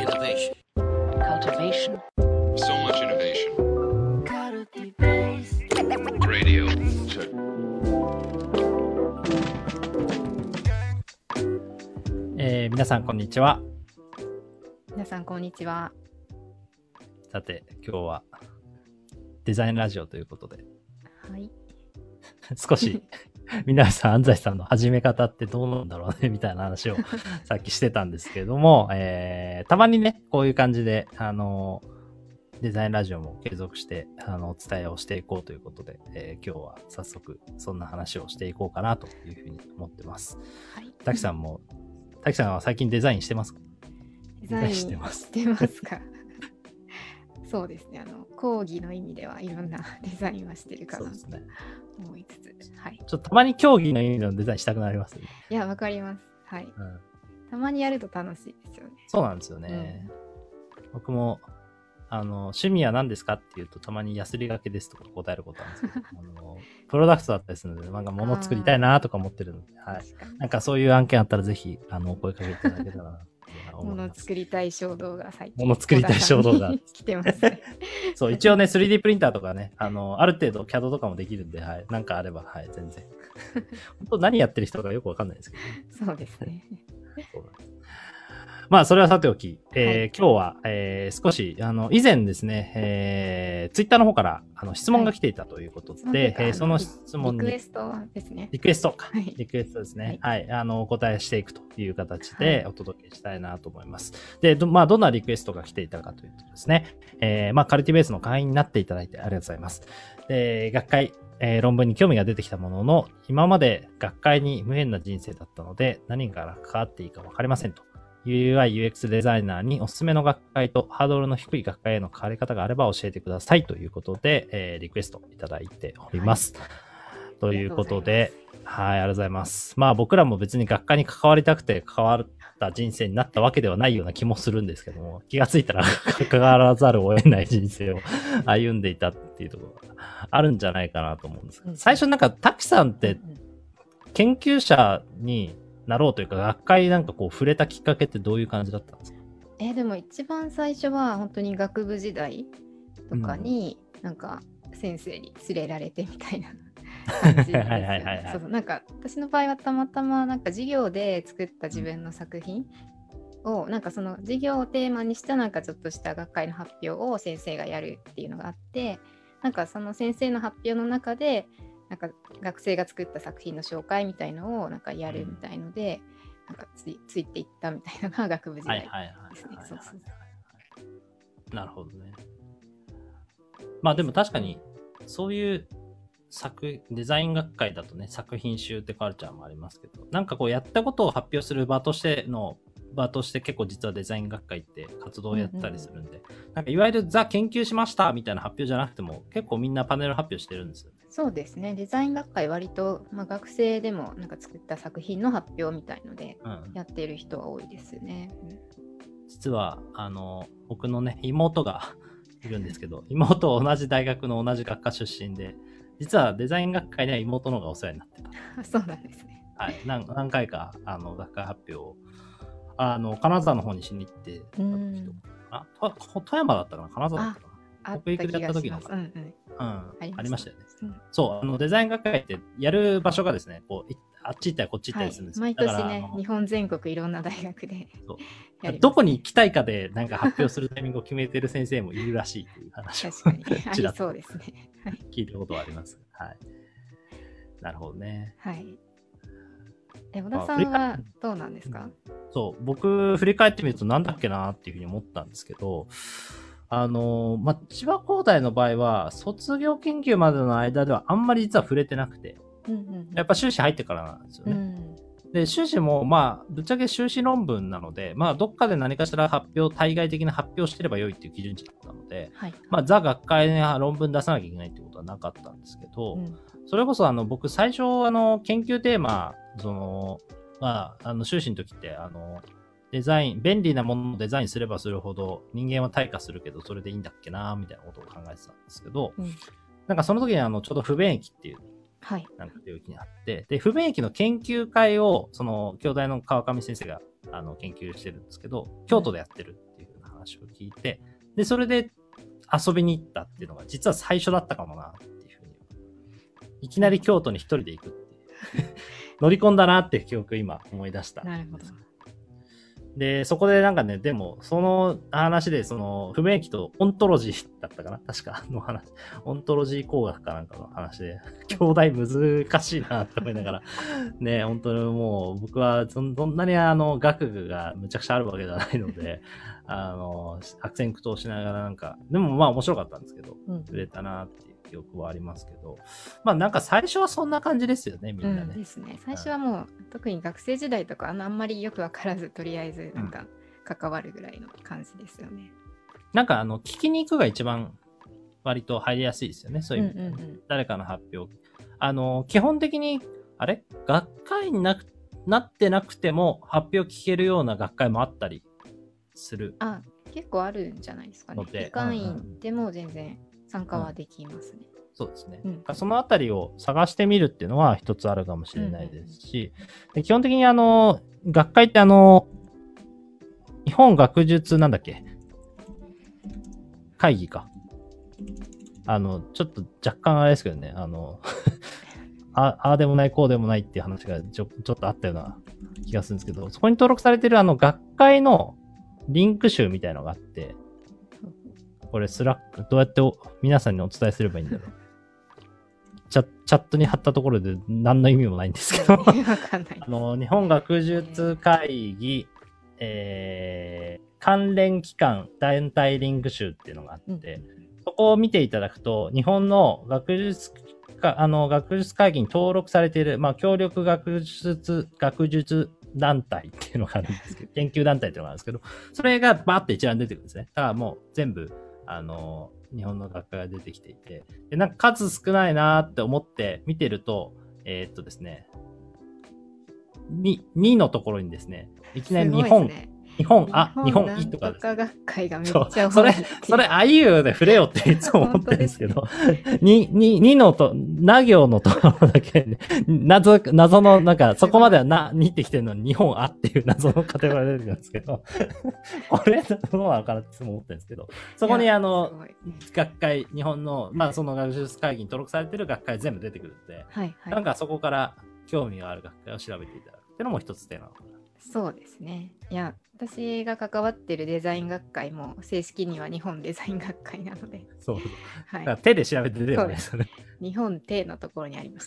Innovation. Cultivation. So much innovation. Radio. Check. 皆さんこんにちは。 皆さんこんにちは。 さて今日はデザインラジオということで、 はい。 少し皆さん安西さんの始め方ってどうなんだろうねみたいな話をさっきしてたんですけれども、たまにねこういう感じでデザインラジオも継続してお伝えをしていこうということで、今日は早速そんな話をしていこうかなというふうに思ってます。 はい。 滝さんは最近デザインしてますか？ デザインしてますか。そうですね。講義の意味ではいろんなデザインはしてるかなと思いつつ、はい。 ちょっとたまに競技の意味のデザインしたくなりますね。 いや、わかります。はい、たまにやると楽しいですよね。 そうなんですよね。僕も趣味は何ですかって言うとたまにヤスリがけですとか答えることあるんですけどプロダクトだったりするのでなんか物作りたいなとか思ってるので、はい、なんかそういう案件あったらぜひお声かけいただけたらなと思います。 物作りたい衝動が最近物作りたい衝動が来てますね。 そう一応ね 3D プリンターとかねある程度 CAD とかもできるんで、はい、なんかあれば、はい、全然本当何やってる人かよくわかんないですけど、ね、 そうですね。 そうなんです。まあ、それはさておき、今日は、少し、以前ですね、ツイッターの方から、質問が来ていたということで、はい、その質問に。 リクエストですね。 リクエストか。 はい、 リクエストですね。はい。お答えしていくという形でお届けしたいなと思います。で、まあ、どんなリクエストが来ていたかというとですね、まあ、カルティベースの会員になっていただいてありがとうございます。で、学会、論文に興味が出てきたものの、今まで学会に無縁な人生だったので、何から関わっていいか分かりませんと。UI、UX デザイナーにおすすめの学会とハードルの低い学会への関わり方があれば教えてくださいということで、リクエストいただいております。はい、ということで、はい、ありがとうございます。まあ僕らも別に学会に関わりたくて関わった人生になったわけではないような気もするんですけども、気がついたら関わらざるを得ない人生を歩んでいたっていうところがあるんじゃないかなと思うんですけど、最初なんか滝さんって研究者になろうというか学会なんかこう触れたきっかけってどういう感じだったんですか？ でも一番最初は本当に学部時代とかに、なんか先生に連れられてみたいな感じです。そうなんか私の場合はたまたまなんか授業で作った自分の作品をなんかその授業をテーマにしたなんかちょっとした学会の発表を先生がやるっていうのがあって、なんかその先生の発表の中でなんか学生が作った作品の紹介みたいのをなんかやるみたいので、なんかついていったみたいなのが学部時代ですね。 なるほどね。まあでも確かにそういうデザイン学会だとね作品集ってカルチャーもありますけど、なんかこうやったことを発表する場として結構実はデザイン学会って活動をやったりするんで、なんかいわゆるザ研究しましたみたいな発表じゃなくても結構みんなパネル発表してるんですよね。 そうですね。デザイン学会割と、学生でもなんか作った作品の発表みたいのでやってる人は多いですね。 実は僕のね妹がいるんですけど、妹は同じ大学の同じ学科出身で、実はデザイン学会には妹の方がお世話になってた。 そうなんですね。 はい、何回か学会発表を金沢の方にしに行ってた人富山だったかな、金沢だったかな。北陸でやった時のありましたよね。そうデザイン学会ってやる場所がですね、こうあっち行ったりこっち行ったりするんですよ。 毎年ね、日本全国いろんな大学でどこに行きたいかでなんか発表するタイミングを決めてる先生もいるらしいという話を確かにありそうですね。 聞いたことはあります。はい。なるほどね。 はい。小田さんはどうなんですか？ そう、僕振り返ってみるとなんだっけなっていうふうに思ったんですけど、千葉工大の場合は卒業研究までの間ではあんまり実は触れてなくて、やっぱ修士入ってからなんですよね。で、修士もぶっちゃけ修士論文なので、どっかで何かしら対外的な発表してれば良いっていう基準値だったので、ザ学会に論文出さなきゃいけないってことはなかったんですけど、それこそ僕最初研究テーマ、修士の時ってデザイン、便利なものをデザインすればするほど人間は退化するけどそれでいいんだっけなみたいなことを考えてたんですけど、なんかその時にちょうど不便益っていうなんか領域にあって、で不便益の研究会をその京大の川上先生が研究してるんですけど、京都でやってるっていう風話を聞いて、で、それで遊びに行ったっていうのが実は最初だったかもなっていうふうに。いきなり京都に一人で行くっていう。乗り込んだなっていう記憶今思い出した。 なるほど。 で、そこでなんかね、でも、その話で、その、不明期とオントロジーだったかな確かの話。オントロジー工学かなんかの話で、兄弟難しいなって思いながら、ね、本当にもう、僕はそんなに学具がむちゃくちゃあるわけじゃないので、悪戦苦闘しながらなんか、でもまあ面白かったんですけど、売れたなっていう記憶はありますけど、まあなんか最初はそんな感じですよね、みんなね。 ですね。最初はもう、特に学生時代とかあんまりよくわからず、とりあえずなんか関わるぐらいの感じですよね。 なんか聞きに行くが一番割と入りやすいですよね、そういう意味で、誰かの発表。基本的に、学会になってなくても発表聞けるような学会もあったりする。 結構あるんじゃないですかね。機関員でも全然参加はできますね。 そうですね。そのあたりを探してみるっていうのは一つあるかもしれないですし、で基本的に学会って日本学術なんだっけ会議か。ちょっと若干あれですけどね、ああでもないこうでもないっていう話がちょっとあったような気がするんですけど、そこに登録されてる学会のリンク集みたいのがあって、これスラックどうやって皆さんにお伝えすればいいんだろう。チャットに貼ったところで何の意味もないんですけど、 わかんない。 日本学術会議、関連機関団体リンク集っていうのがあって、そこを見ていただくと、日本の学術会議に登録されている、協力学術団体っていうのがあるんですけど、研究団体っていうのがあるんですけど、それがバーって一覧出てくるんですね。だからもう全部、日本の学会が出てきていて、で、なんか数少ないなーって思って見てると、ですね、2のところにですね、いきなり日本いとかです。 学会がめっちゃ多い。 それ、あいうえで触れよっていつも思ってるんですけど、2のと、な行のところだけ、ね、謎の、なんか、そこまでは2ってきてるのに日本あっていう謎のカテゴリーが出てくるんですけど、これ、どうなのかなっていつも思ってるんですけど、そこに学会、日本の、その学術会議に登録されてる学会全部出てくるんで、なんかそこから興味がある学会を調べていただくっていうのも一つ手なのかな。 そうですね。いや、私が関わってるデザイン学会も正式には日本デザイン学会なので。 そう。だから手で調べて出てこないですよね。 日本手のところにありました。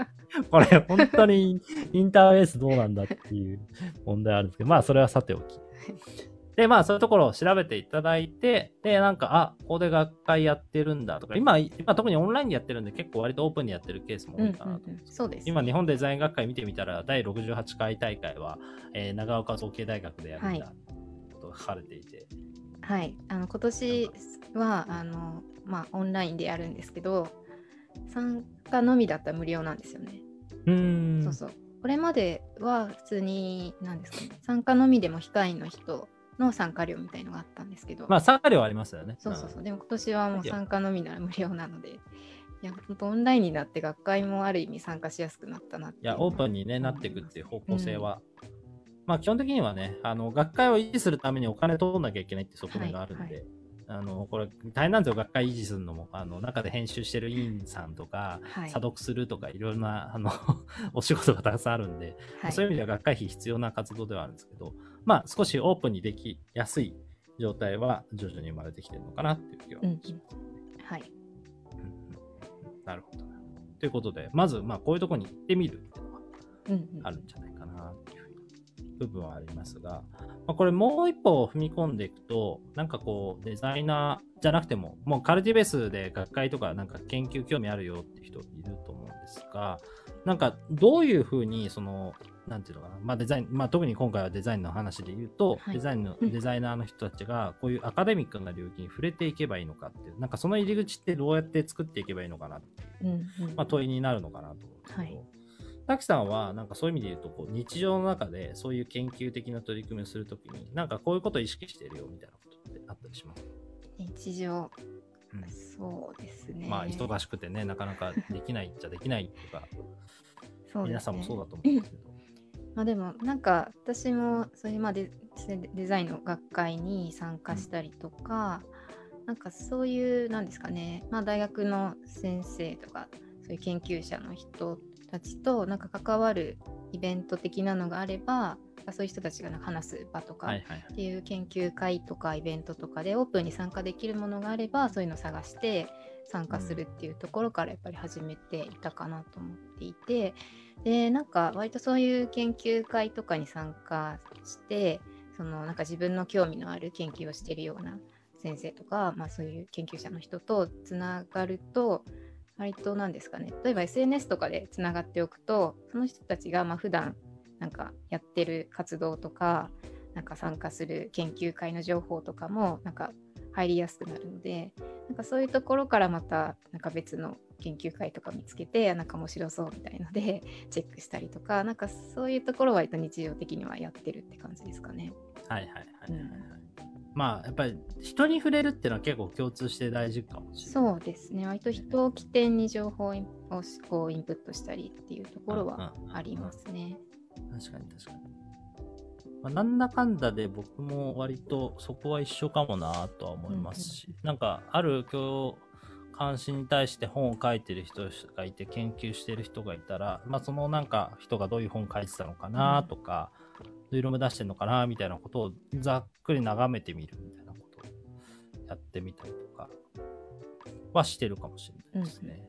これ本当にインターフェースどうなんだっていう問題あるんですけど、それはさておき。で、そういうところを調べていただいて、で、なんか、ここで学会やってるんだとか、今特にオンラインでやってるんで結構割とオープンにやってるケースも多いかなと。 そうです、ね。 今、日本デザイン学会見てみたら、第68回大会は、長岡造形大学でやるんだと書かれていて。 はい。今年は、オンラインでやるんですけど、参加のみだったら無料なんですよね。そうそう。これまでは普通に、なんですかね、参加のみでも控員の人の参加料みたいのがあったんですけど、 参加料はありますよね。 そう。でも今年はもう参加のみなら無料なので、いや、本当オンラインになって学会もある意味参加しやすくなったなっていう。 いや、オープンに、ね、なっていくっていう方向性は、基本的にはね、学会を維持するためにお金取らなきゃいけないって側面があるんで、これ大変なんですよ、学会維持するのも。中で編集してる委員さんとか、査読するとか、いろいろな、お仕事がたくさんあるんで、そういう意味では学会費必要な活動ではあるんですけど、少しオープンにできやすい状態は徐々に生まれてきてるのかなっていう気はします。 はい。 なるほど。ということで、まず、こういうところに行ってみるっていうのはあるんじゃないかなっていう部分はありますが、これもう一歩踏み込んでいくと、なんかこうデザイナーじゃなくても、もうカルティベースで学会とかなんか研究興味あるよっていう人いると思うんですが、なんかどういうふうになんていうのかな、デザイン、特に今回はデザインの話で言うと、デザイナーの人たちがこういうアカデミックな領域に触れていけばいいのかっていう、なんかその入り口ってどうやって作っていけばいいのかなっていう、問いになるのかなと思うんですけど、滝さんはなんかそういう意味で言うと日常の中でそういう研究的な取り組みをするときになんかこういうことを意識してるよみたいなことってあったりします？ 日常、そうですね。 忙しくてねなかなかできないっちゃできないとかそうですね、 皆さんもそうだと思うんですけど、 でもなんか私もそれまでデザインの学会に参加したりとか、なんかそういうなんですかね、まあ、大学の先生とかそういう研究者の人たちとなんか関わるイベント的なのがあれば、そういう人たちが話す場とかっていう研究会とかイベントとかでオープンに参加できるものがあれば、そういうのを探して参加するっていうところからやっぱり始めていたかなと思っていて、でなんか割とそういう研究会とかに参加して、なんか自分の興味のある研究をしているような先生とか、まあ、そういう研究者の人とつながると、割となんですかね、例えば SNS とかでつながっておくと、その人たちがまあ普段なんかやってる活動とか、なんか参加する研究会の情報とかもなんか入りやすくなるので、なんかそういうところからまたなんか別の研究会とか見つけて、なんか面白そうみたいのでチェックしたりとか、なんかそういうところは割と日常的にはやってるって感じですかね。 はいはいはいはい、はい、まあやっぱり人に触れるっていうのは結構共通して大事かもしれない。そうですね、割と人を起点に情報をこうインプットしたりっていうところはありますね。 確かに確かに。まあ、なんだかんだで僕も割とそこは一緒かもなとは思いますし、なんかある関心に対して本を書いてる人がいて研究してる人がいたら、まあそのなんか人がどういう本書いてたのかなとか、どういう論文出してるのかなみたいなことをざっくり眺めてみるみたいなことをやってみたりとかはしてるかもしれないですね。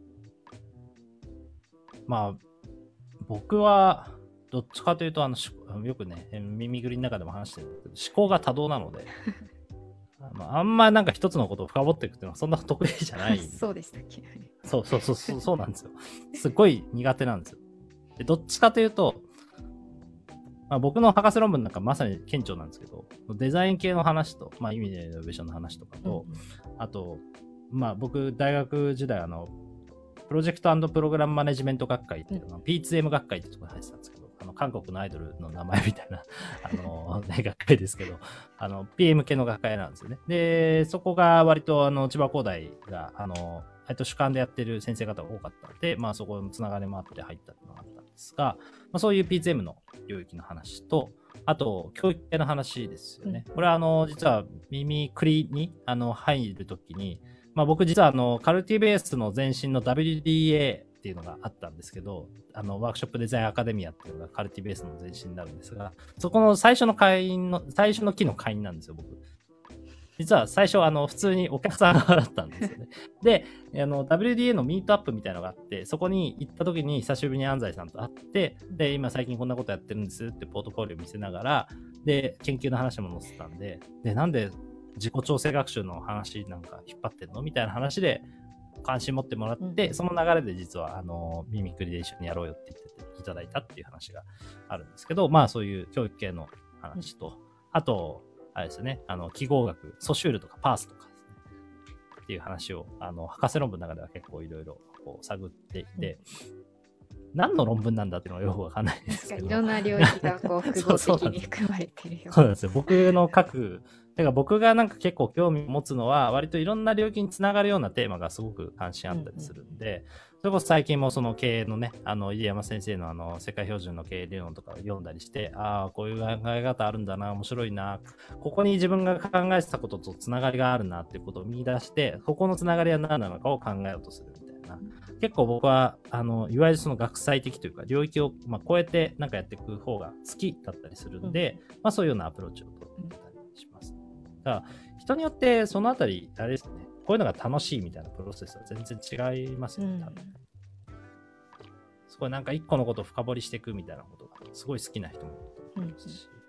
まあ僕はどっちかというとよくね耳ぐりの中でも話してるんですけど、思考が多動なのであんまなんか一つのことを深掘っていくっていうのはそんな得意じゃない。 そうでしたっけ。 そうなんですよ。すごい苦手なんですよ。でどっちかというと、まあ、僕の博士論文なんかまさに顕著なんですけど、デザイン系の話と、まあ意味でイノベーションの話とかと、あと、まあ僕大学時代プロジェクト&プログラムマネジメント学会っていうの、P2M 学会ってところに入ってたんですけど、韓国のアイドルの名前みたいな、学会ですけど、PM 系の学会なんですよね。で、そこが割と千葉工大が、主幹でやってる先生方が多かったので、まあそこのつながりもあって入ったっていうのがあったんですが、まあ、そういう P2M の領域の話と、あと、教育系の話ですよね。これは実は耳くりに入るときに、まあ僕実はカルティベースの前身の WDA っていうのがあったんですけど、ワークショップデザインアカデミアっていうのがカルティベースの前身になるんですが、そこの最初の期の会員なんですよ、僕。実は最初普通にお客さんだったんですよね。で、WDA のミートアップみたいなのがあって、そこに行った時に久しぶりに安西さんと会って、で、今最近こんなことやってるんですってポートフォリオ見せながら、で、研究の話も載せたんで、なんで自己調整学習の話なんか引っ張ってんのみたいな話で関心持ってもらって、その流れで実はミミクリで一緒にやろうよって言っていただいたっていう話があるんですけど、まあそういう教育系の話と、あと、あれですね、記号学、ソシュールとかパースとかですね、っていう話を、博士論文の中では結構いろいろ探っていて、何の論文なんだっていうのはよくわかんないですけど。 いろんな領域が複合的に含まれてるよ。 そうなんですよ。僕がなんか結構興味を持つのは、割といろんな領域につながるようなテーマがすごく関心あったりするんで、それこそ最近もその経営のね、入山先生の世界標準の経営理論とかを読んだりして、こういう考え方あるんだな、面白いな、ここに自分が考えてたこととつながりがあるなっていうことを見出して、ここのつながりは何なのかを考えようとするみたいな。結構僕は、いわゆるその学際的というか、領域を超えてなんかやっていく方が好きだったりするんで、まあそういうようなアプローチを取ってたりします。だから人によってそのあたり、あれですね、こういうのが楽しいみたいなプロセスは全然違いますよね、多分。すごいなんか一個のことを深掘りしていくみたいなことがすごい好きな人もいると思いますし、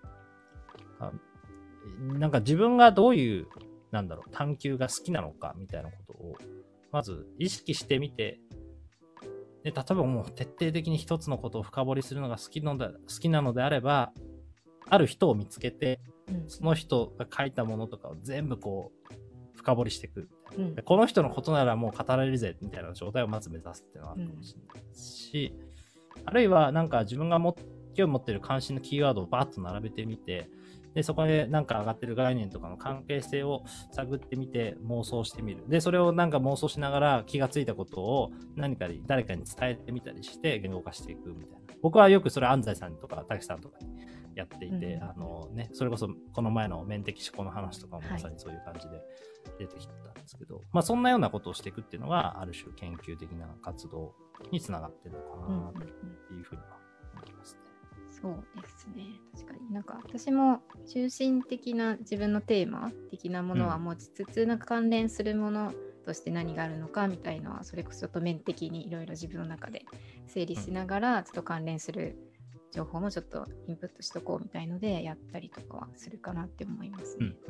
なんか自分がどういう、探求が好きなのかみたいなことを、まず意識してみて、で、例えばもう徹底的に一つのことを深掘りするのが好きなのであれば、ある人を見つけて、その人が書いたものとかを全部深掘りしていく。この人のことならもう語られるぜみたいな状態をまず目指すっていうのはあるかもしれないし、あるいはなんか自分が興味持ってる関心のキーワードをバーッと並べてみて、で、そこでなんか上がってる概念とかの関係性を探ってみて妄想してみる。で、それをなんか妄想しながら気がついたことを誰かに伝えてみたりして言語化していくみたいな。僕はよくそれ安西さんとか滝さんとかにやっていて、それこそこの前の面的思考の話とかもまさにそういう感じで出てきたんですけど、そんなようなことをしていくっていうのがある種研究的な活動につながってるのかなというふうには思いますね。 そうですね。確かになんか私も中心的な自分のテーマ的なものは持ちつつ、なんか関連するものとして何があるのかみたいのはそれこそちょっと面的にいろいろ自分の中で整理しながらちょっと関連する情報もちょっとインプットしとこうみたいのでやったりとかはするかなって思いますね。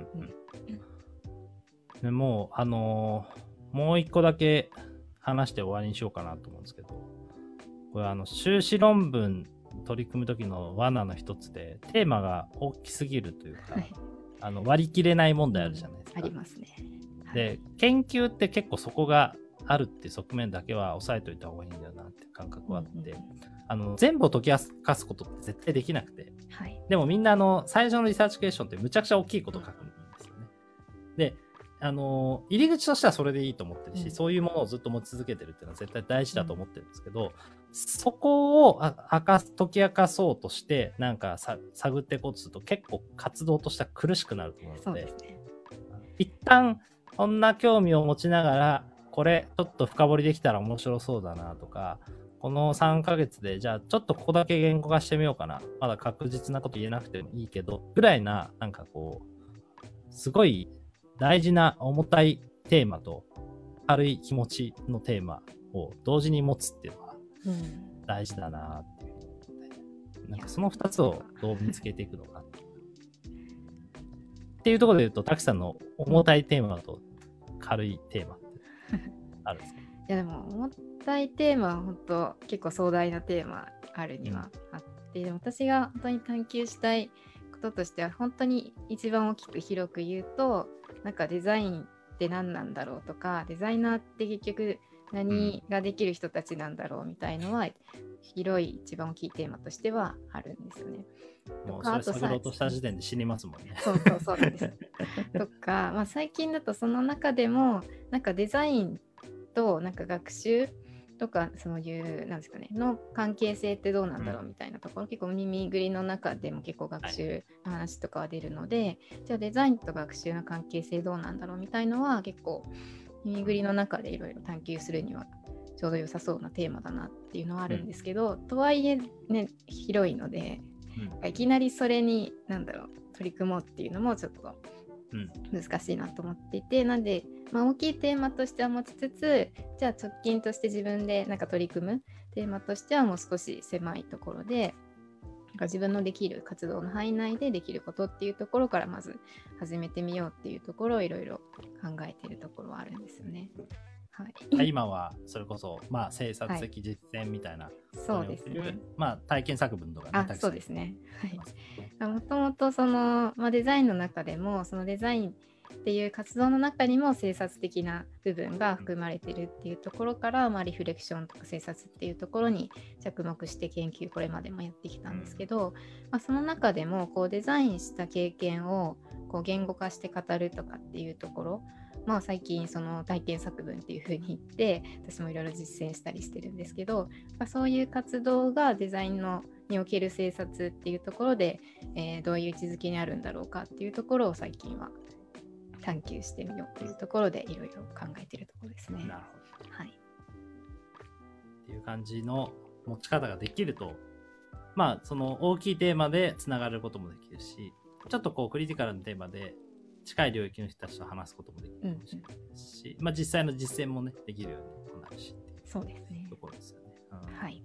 でもうもう一個だけ話して終わりにしようかなと思うんですけど、これ修士論文取り組む時の罠の一つでテーマが大きすぎるというか、割り切れない問題あるじゃないですか。 ありますね。 で、研究って結構そこがあるっていう側面だけは押さえておいた方がいいんだよなっていう感覚はあって、全部を解き明かすことって絶対できなくて、でもみんな最初のリサーチクエスチョンってむちゃくちゃ大きいことを書くんですよね。で、入り口としてはそれでいいと思ってるし、そういうものをずっと持ち続けてるっていうのは絶対大事だと思ってるんですけど、そこを解き明かそうとしてなんか探っていこうとすると結構活動としては苦しくなると思うので、一旦こんな興味を持ちながらこれちょっと深掘りできたら面白そうだなとか、この3ヶ月でじゃあちょっとここだけ言語化してみようかな、まだ確実なこと言えなくてもいいけどぐらいな、なんかこうすごい大事な重たいテーマと軽い気持ちのテーマを同時に持つっていうのは大事だなっていう、なんかその2つをどう見つけていくのかっていうところで言うと、滝さんの重たいテーマと軽いテーマってあるんですか？ いやでも重たいテーマは本当結構壮大なテーマあるにはあって、でも私が本当に探求したいこととしては本当に一番大きく広く言うと、なんかデザインって何なんだろうとか、デザイナーって結局何ができる人たちなんだろうみたいのは、広い一番大きいテーマとしてはあるんですよね。 もうそれ探ろうとした時点で死にますもんね。 そうなんです。とか、最近だとその中でもなんかデザインとなんか学習とかそういうなんですかねの関係性ってどうなんだろうみたいなところ、結構耳ぐりの中でも結構学習の話とかは出るので、じゃあデザインと学習の関係性どうなんだろうみたいのは結構耳ぐりの中でいろいろ探求するにはちょうど良さそうなテーマだなっていうのはあるんですけど、とはいえね広いので、いきなりそれに取り組もうっていうのもちょっと難しいなと思っていて、なんで、大きいテーマとしては持ちつつ、じゃあ直近として自分で取り組むテーマとしてはもう少し狭いところで、自分のできる活動の範囲内でできることっていうところからまず始めてみようっていうところをいろいろ考えているところはあるんですよね。 今はそれこそ政策的実践みたいな、 そうですね。 体験作文とかね。そうですね。もともとその、デザインの中でもそのデザインっていう活動の中にも政策的な部分が含まれてるっていうところから、リフレクションとか政策っていうところに着目して研究これまでもやってきたんですけど、その中でもこうデザインした経験をこう言語化して語るとかっていうところ、最近その体験作文っていう風に言って私もいろいろ実践したりしてるんですけど、そういう活動がデザインにおける政策っていうところで、どういう位置づけにあるんだろうかっていうところを最近は探求してみようというところでいろいろ考えているところですね。 なるほど。っていう感じの持ち方ができると、その大きいテーマでつながることもできるし、ちょっとこうクリティカルなテーマで近い領域の人たちと話すこともできるかもしれないし、実際の実践もねできるようになるしっていう、 そうですね。 ところですよね。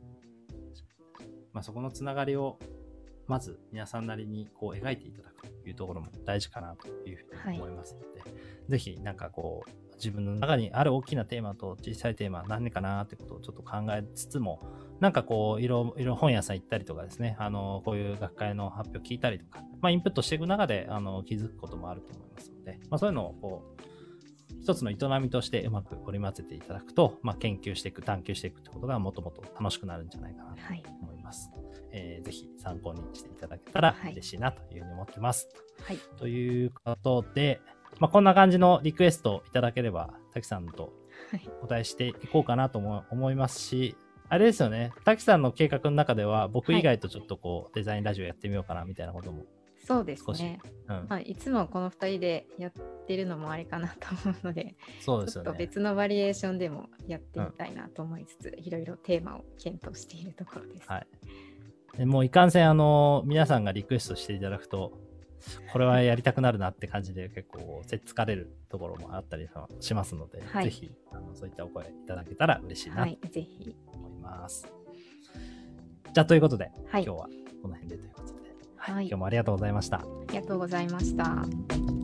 そこのつながりをまず皆さんなりにこう描いていただくというところも大事かなというふうに思いますので、ぜひこう自分の中にある大きなテーマと小さいテーマ何かなってことをちょっと考えつつも、こういろいろ本屋さん行ったりとかですね、こういう学会の発表聞いたりとか、インプットしていく中で気づくこともあると思いますので、そういうのをこう一つの営みとしてうまく織り交ぜていただくと、研究していく探求していくってことがもっともっと楽しくなるんじゃないかなと思います。ぜひ参考にしていただけたら嬉しいなというふうに思ってます。ということで、こんな感じのリクエストをいただければ滝さんとお答えしていこうかなと思いますし、 あれですよね。滝さんの計画の中では、僕以外とちょっとこう、デザインラジオやってみようかなみたいなことも。 そうです少しね。 うん。 いつもこの2人でやってるのもあれかなと思うので、ちょっとそうですよね。 別のバリエーションでもやってみたいなと思いつつ、いろいろテーマを検討しているところです。 はい。でもういかんせん、皆さんがリクエストしていただくと、これはやりたくなるなって感じで結構せっつかれるところもあったりしますので、 はいぜひそういったお声いただけたら嬉しいなとはい、ぜひ。 思います。じゃあということで、 はい今日はこの辺でということで、 はい今日もありがとうございました。 ありがとうございました。